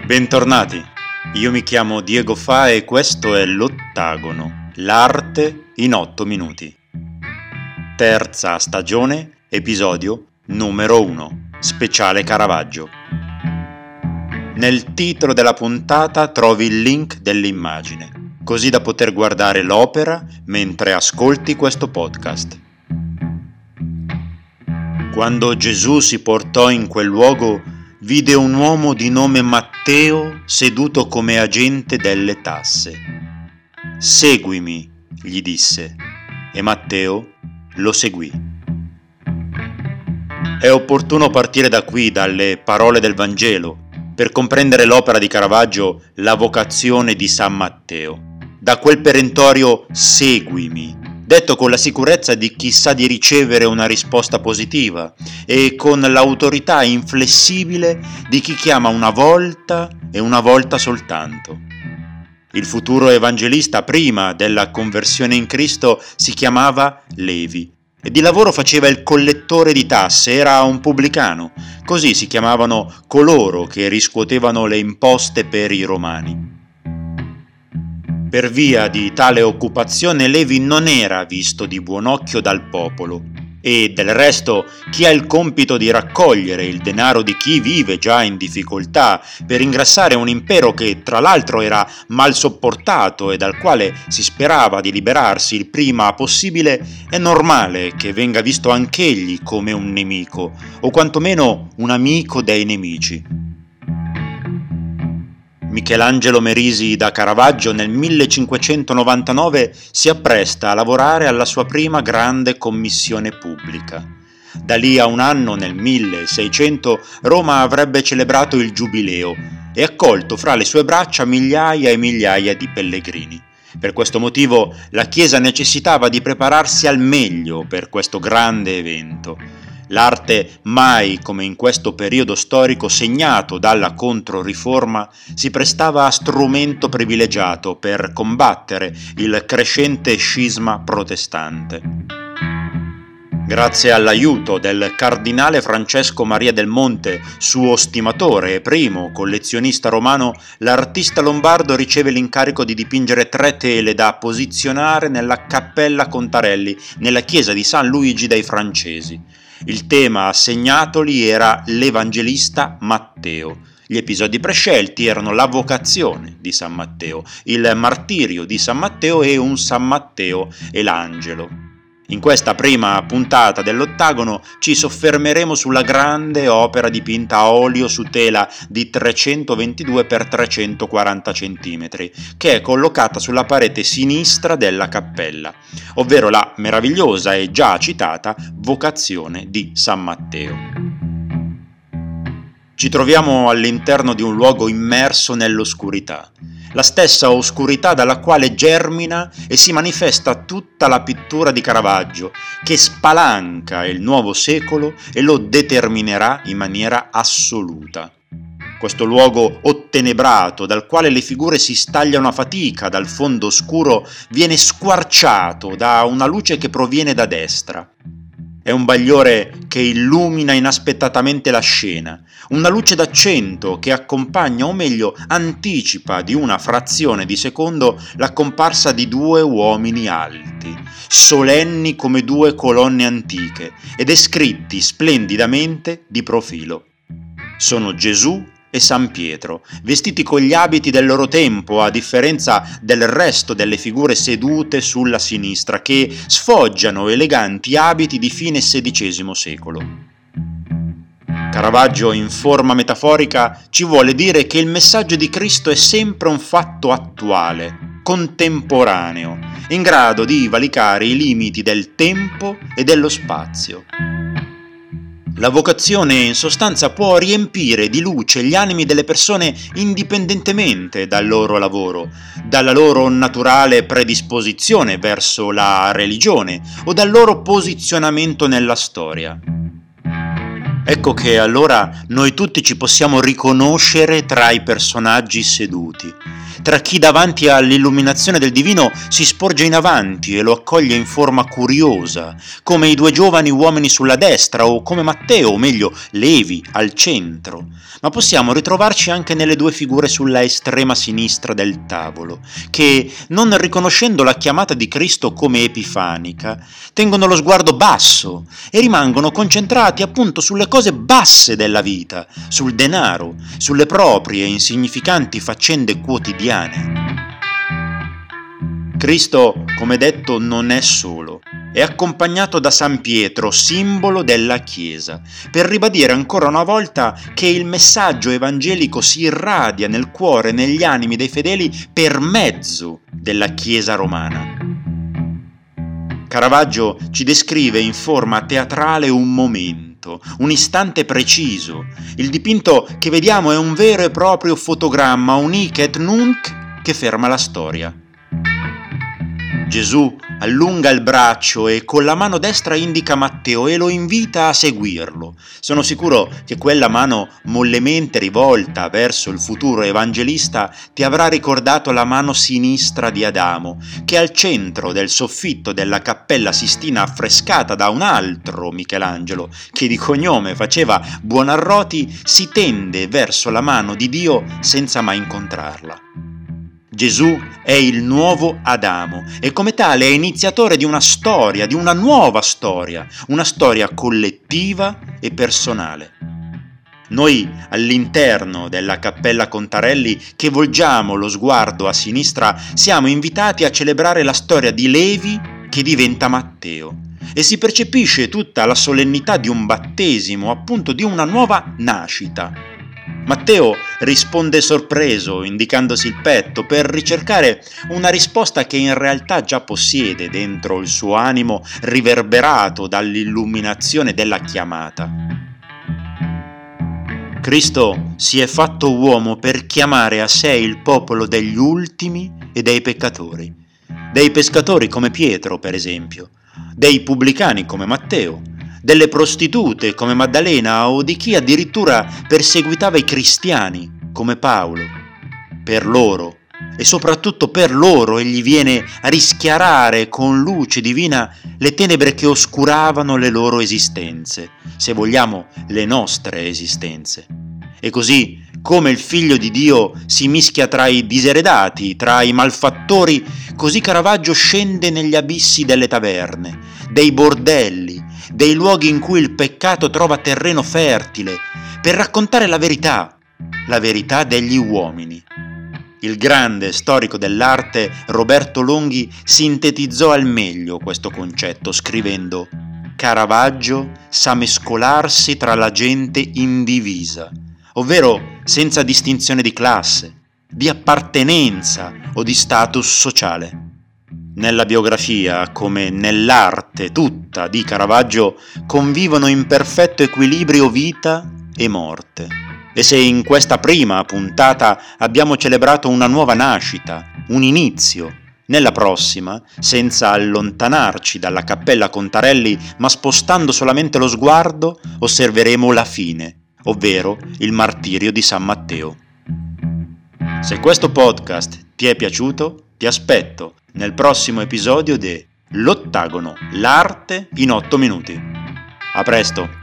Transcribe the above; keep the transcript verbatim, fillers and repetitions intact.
Bentornati, io mi chiamo Diego Fa e questo è L'Ottagono, l'arte in otto minuti. Terza stagione, episodio numero uno, speciale Caravaggio. Nel titolo della puntata trovi il link dell'immagine, così da poter guardare l'opera mentre ascolti questo podcast. Quando Gesù si portò in quel luogo, vide un uomo di nome Matteo seduto come agente delle tasse. «Seguimi», gli disse, e Matteo lo seguì. È opportuno partire da qui, dalle parole del Vangelo, per comprendere l'opera di Caravaggio, La vocazione di San Matteo. Da quel perentorio «seguimi», detto con la sicurezza di chi sa di ricevere una risposta positiva e con l'autorità inflessibile di chi chiama una volta e una volta soltanto. Il futuro evangelista prima della conversione in Cristo si chiamava Levi e di lavoro faceva il collettore di tasse, era un pubblicano, così si chiamavano coloro che riscuotevano le imposte per i romani. Per via di tale occupazione Levi non era visto di buon occhio dal popolo e del resto chi ha il compito di raccogliere il denaro di chi vive già in difficoltà per ingrassare un impero che tra l'altro era mal sopportato e dal quale si sperava di liberarsi il prima possibile, è normale che venga visto anch'egli come un nemico o quantomeno un amico dei nemici. Michelangelo Merisi da Caravaggio nel millecinquecentonovantanove si appresta a lavorare alla sua prima grande commissione pubblica. Da lì a un anno, nel milleseicento, Roma avrebbe celebrato il Giubileo e accolto fra le sue braccia migliaia e migliaia di pellegrini. Per questo motivo la Chiesa necessitava di prepararsi al meglio per questo grande evento. L'arte, mai come in questo periodo storico segnato dalla Controriforma, si prestava a strumento privilegiato per combattere il crescente scisma protestante. Grazie all'aiuto del cardinale Francesco Maria del Monte, suo stimatore e primo collezionista romano, l'artista lombardo riceve l'incarico di dipingere tre tele da posizionare nella Cappella Contarelli, nella chiesa di San Luigi dei Francesi. Il tema assegnatoli era l'Evangelista Matteo. Gli episodi prescelti erano la vocazione di San Matteo, il martirio di San Matteo e un San Matteo e l'angelo. In questa prima puntata dell'Ottagono ci soffermeremo sulla grande opera dipinta a olio su tela di trecentoventidue per trecentoquaranta centimetri, che è collocata sulla parete sinistra della cappella, ovvero la meravigliosa e già citata Vocazione di San Matteo. Ci troviamo all'interno di un luogo immerso nell'oscurità, la stessa oscurità dalla quale germina e si manifesta tutta la pittura di Caravaggio, che spalanca il nuovo secolo e lo determinerà in maniera assoluta. Questo luogo ottenebrato, dal quale le figure si stagliano a fatica dal fondo scuro, viene squarciato da una luce che proviene da destra. È un bagliore che illumina inaspettatamente la scena, una luce d'accento che accompagna, o meglio anticipa di una frazione di secondo, la comparsa di due uomini alti, solenni come due colonne antiche e descritti splendidamente di profilo. Sono Gesù e San Pietro, vestiti con gli abiti del loro tempo, a differenza del resto delle figure sedute sulla sinistra, che sfoggiano eleganti abiti di fine sedicesimo secolo. Caravaggio, in forma metaforica, ci vuole dire che il messaggio di Cristo è sempre un fatto attuale, contemporaneo, in grado di valicare i limiti del tempo e dello spazio. La vocazione in sostanza può riempire di luce gli animi delle persone indipendentemente dal loro lavoro, dalla loro naturale predisposizione verso la religione o dal loro posizionamento nella storia. Ecco che allora noi tutti ci possiamo riconoscere tra i personaggi seduti, tra chi davanti all'illuminazione del divino si sporge in avanti e lo accoglie in forma curiosa, come i due giovani uomini sulla destra o come Matteo, o meglio Levi, al centro, ma possiamo ritrovarci anche nelle due figure sulla estrema sinistra del tavolo, che, non riconoscendo la chiamata di Cristo come epifanica, tengono lo sguardo basso e rimangono concentrati appunto sulle cose basse della vita, sul denaro, sulle proprie insignificanti faccende quotidiane. Cristo, come detto, non è solo. È accompagnato da San Pietro, simbolo della Chiesa, per ribadire ancora una volta che il messaggio evangelico si irradia nel cuore e negli animi dei fedeli per mezzo della Chiesa romana. Caravaggio ci descrive in forma teatrale un momento, un istante preciso. Il dipinto che vediamo è un vero e proprio fotogramma, un hic et nunc che ferma la storia. Gesù allunga il braccio e con la mano destra indica Matteo e lo invita a seguirlo. Sono sicuro che quella mano mollemente rivolta verso il futuro evangelista ti avrà ricordato la mano sinistra di Adamo, che al centro del soffitto della Cappella Sistina affrescata da un altro Michelangelo, che di cognome faceva Buonarroti, si tende verso la mano di Dio senza mai incontrarla. Gesù è il nuovo Adamo e come tale è iniziatore di una storia, di una nuova storia, una storia collettiva e personale. Noi all'interno della Cappella Contarelli, che volgiamo lo sguardo a sinistra, siamo invitati a celebrare la storia di Levi che diventa Matteo e si percepisce tutta la solennità di un battesimo, appunto di una nuova nascita. Matteo risponde sorpreso, indicandosi il petto, per ricercare una risposta che in realtà già possiede dentro il suo animo riverberato dall'illuminazione della chiamata. Cristo si è fatto uomo per chiamare a sé il popolo degli ultimi e dei peccatori, dei pescatori come Pietro, per esempio, dei pubblicani come Matteo, delle prostitute come Maddalena o di chi addirittura perseguitava i cristiani come Paolo. Per loro, e soprattutto per loro, egli viene a rischiarare con luce divina le tenebre che oscuravano le loro esistenze, se vogliamo le nostre esistenze. E così, come il Figlio di Dio si mischia tra i diseredati, tra i malfattori, così Caravaggio scende negli abissi delle taverne, dei bordelli, dei luoghi in cui il peccato trova terreno fertile, per raccontare la verità, la verità degli uomini. Il grande storico dell'arte Roberto Longhi sintetizzò al meglio questo concetto scrivendo: Caravaggio sa mescolarsi tra la gente indivisa, ovvero senza distinzione di classe, di appartenenza o di status sociale. Nella biografia, come nell'arte tutta di Caravaggio, convivono in perfetto equilibrio vita e morte. E se in questa prima puntata abbiamo celebrato una nuova nascita, un inizio, nella prossima, senza allontanarci dalla Cappella Contarelli, ma spostando solamente lo sguardo, osserveremo la fine, ovvero il martirio di San Matteo. Se questo podcast ti è piaciuto, ti aspetto nel prossimo episodio di L'Ottagono, l'arte in otto minuti. A presto!